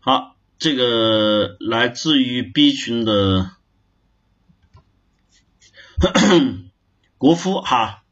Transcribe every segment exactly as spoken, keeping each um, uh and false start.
好，这个来自于 B 群的呵呵国夫哈，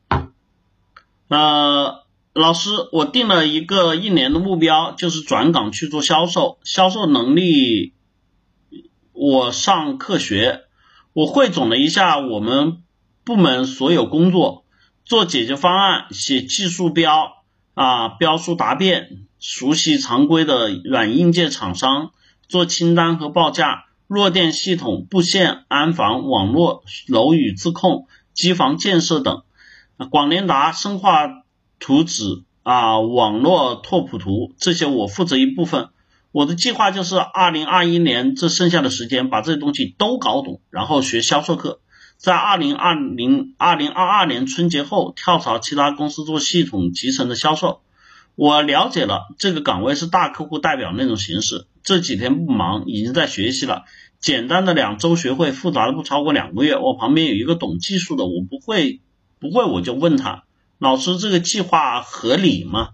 呃，老师，我定了一个一年的目标，就是转岗去做销售，销售能力我上课学，我汇总了一下我们部门所有工作，做解决方案，写技术标啊，标书答辩，熟悉常规的软硬件厂商，做清单和报价，弱电系统、布线、安防、网络、楼宇自控、机房建设等，广联达、生化图纸啊，网络拓扑图，这些我负责一部分。我的计划就是二零二一年这剩下的时间把这些东西都搞懂，然后学销售课，在二零二零、二零二二年春节后跳槽其他公司做系统集成的销售。我了解了这个岗位是大客户代表那种形式，这几天不忙，已经在学习了，简单的两周学会，复杂的不超过两个月。我旁边有一个懂技术的，我不会不会我就问他，老师这个计划合理吗？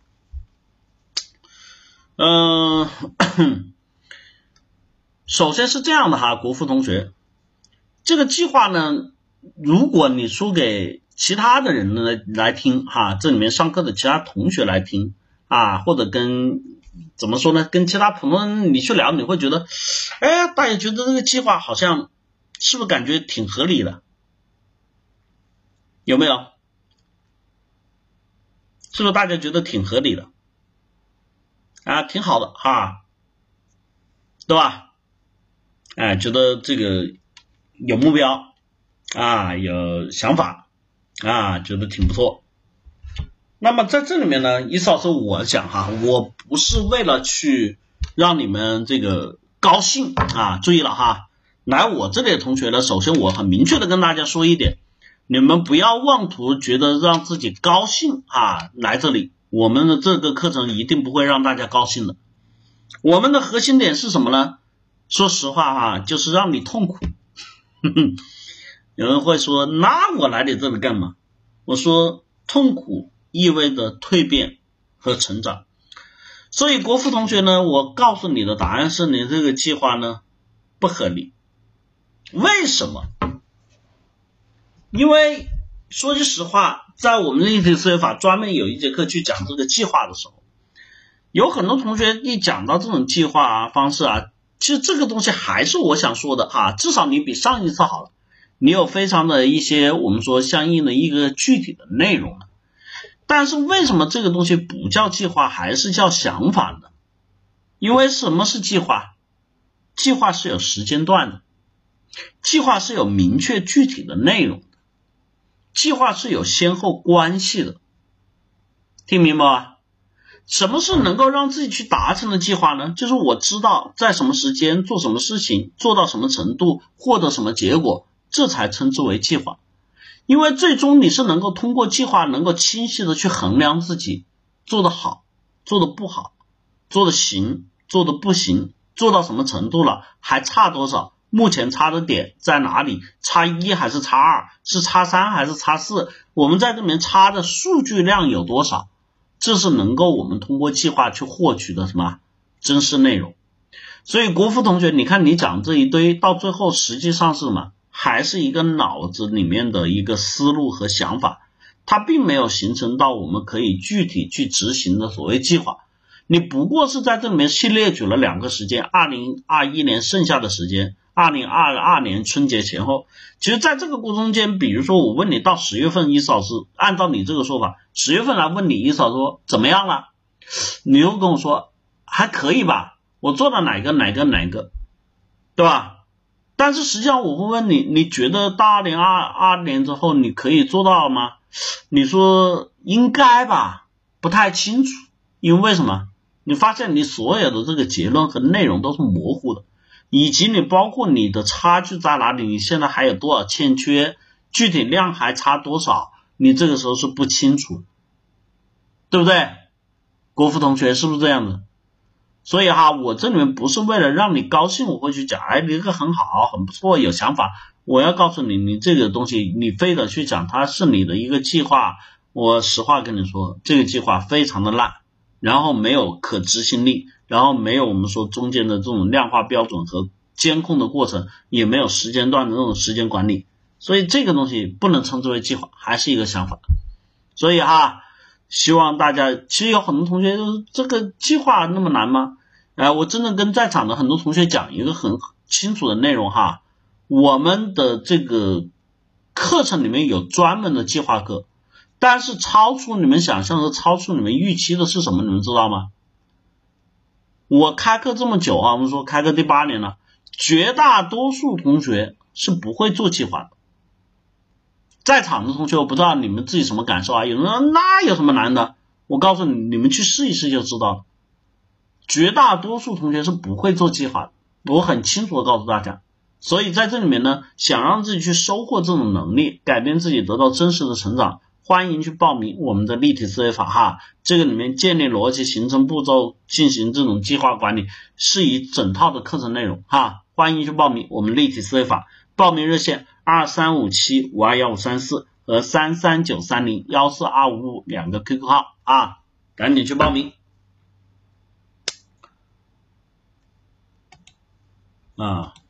嗯、呃，首先是这样的哈，国富同学，这个计划呢，如果你说给其他的人来来听哈，这里面上课的其他同学来听啊，或者跟怎么说呢，跟其他普通人你去聊，你会觉得，哎，大家觉得这个计划好像是不是感觉挺合理的？有没有？是不是大家觉得挺合理的？啊，挺好的哈，对吧？哎，觉得这个有目标啊，有想法啊，觉得挺不错。那么在这里面呢，伊老师我讲哈，我不是为了去让你们这个高兴啊，注意了哈，来我这里的同学呢，首先我很明确的跟大家说一点，你们不要妄图觉得让自己高兴啊，来这里。我们的这个课程一定不会让大家高兴的，我们的核心点是什么呢？说实话啊，就是让你痛苦。有人会说，那我来你这里干嘛？我说，痛苦意味着蜕变和成长。所以国富同学呢，我告诉你的答案是，你这个计划呢不合理。为什么？因为说句实话，在我们的立体思维法专门有一节课去讲这个计划的时候，有很多同学一讲到这种计划啊方式啊，其实这个东西还是我想说的啊，至少你比上一次好了，你有非常的一些我们说相应的一个具体的内容了。但是为什么这个东西不叫计划，还是叫想法呢？因为什么是计划？计划是有时间段的，计划是有明确具体的内容的，计划是有先后关系的，听明白吗？什么是能够让自己去达成的计划呢？就是我知道在什么时间做什么事情，做到什么程度，获得什么结果，这才称之为计划。因为最终你是能够通过计划能够清晰的去衡量自己做得好，做得不好，做得行，做得不行，做到什么程度了，还差多少，目前差的点在哪里，差一还是差二，是差三还是差四，我们在这里面差的数据量有多少，这是能够我们通过计划去获取的什么真实内容。所以国富同学，你看你讲这一堆到最后实际上是什么，还是一个脑子里面的一个思路和想法，它并没有形成到我们可以具体去执行的所谓计划。你不过是在这里面去列举了两个时间，二零二一年剩下的时间，二零二二年春节前后。其实在这个过程中间，比如说我问你到十月份，伊嫂是按照你这个说法，十月份来问你，伊嫂说怎么样了，你又跟我说还可以吧，我做到哪个哪个哪个，对吧？但是实际上我会问你，你觉得到二零二二年之后你可以做到吗？你说应该吧，不太清楚。因为为什么？你发现你所有的这个结论和内容都是模糊的，以及你包括你的差距在哪里，你现在还有多少欠缺，具体量还差多少，你这个时候是不清楚，对不对？国富同学是不是这样的？所以哈，我这里面不是为了让你高兴，我会去讲，哎，你这个很好，很不错，有想法。我要告诉你，你这个东西，你非得去讲它是你的一个计划，我实话跟你说，这个计划非常的烂，然后没有可执行力， 然后没有我们说中间的这种量化标准和监控的过程，也没有时间段的这种时间管理，所以这个东西不能称之为计划，还是一个想法。所以哈，希望大家，其实有很多同学就是这个计划那么难吗？哎、呃，我真的跟在场的很多同学讲一个很清楚的内容哈，我们的这个课程里面有专门的计划课，但是超出你们想象的、超出你们预期的是什么？你们知道吗？我开课这么久啊，我们说开课第八年了，绝大多数同学是不会做计划的。在场的同学，我不知道你们自己什么感受啊？有人说那有什么难的？我告诉你，你们去试一试就知道了。绝大多数同学是不会做计划的，我很清楚的告诉大家。所以在这里面呢，想让自己去收获这种能力，改变自己，得到真实的成长，欢迎去报名我们的立体思维法哈。这个里面建立逻辑、形成步骤、进行这种计划管理，是一整套的课程内容哈。欢迎去报名我们立体思维法，报名热线二三五七五二一五三四和三三九三零一四二五五两个 Q Q 号啊，赶紧去报名啊。